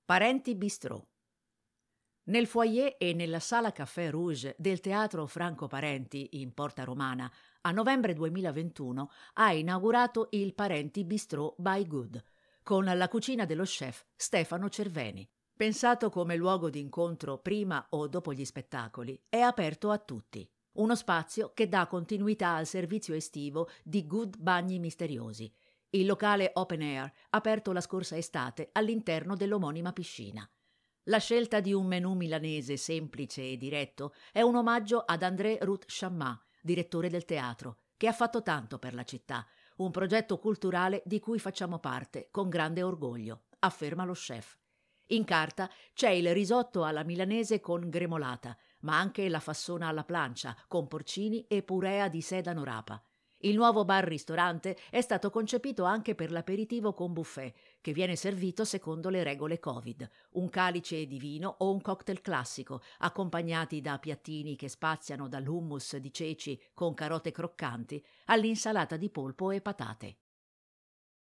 Parenti Bistrò. Nel foyer e nella sala Café Rouge del Teatro Franco Parenti in Porta Romana, a novembre 2021 ha inaugurato il Parenti Bistrò by Good, con la cucina dello chef Stefano Cerveni. Pensato come luogo di incontro prima o dopo gli spettacoli, è aperto a tutti. Uno spazio che dà continuità al servizio estivo di Good Bagni Misteriosi, il locale open air aperto la scorsa estate all'interno dell'omonima piscina. La scelta di un menù milanese semplice e diretto è un omaggio ad André Ruth Chammah, direttore del teatro, che ha fatto tanto per la città, un progetto culturale di cui facciamo parte con grande orgoglio, afferma lo chef. In carta c'è il risotto alla milanese con gremolata, ma anche la fassona alla plancia con porcini e purea di sedano rapa. Il nuovo bar-ristorante è stato concepito anche per l'aperitivo con buffet, che viene servito secondo le regole Covid, un calice di vino o un cocktail classico, accompagnati da piattini che spaziano dall'hummus di ceci con carote croccanti all'insalata di polpo e patate.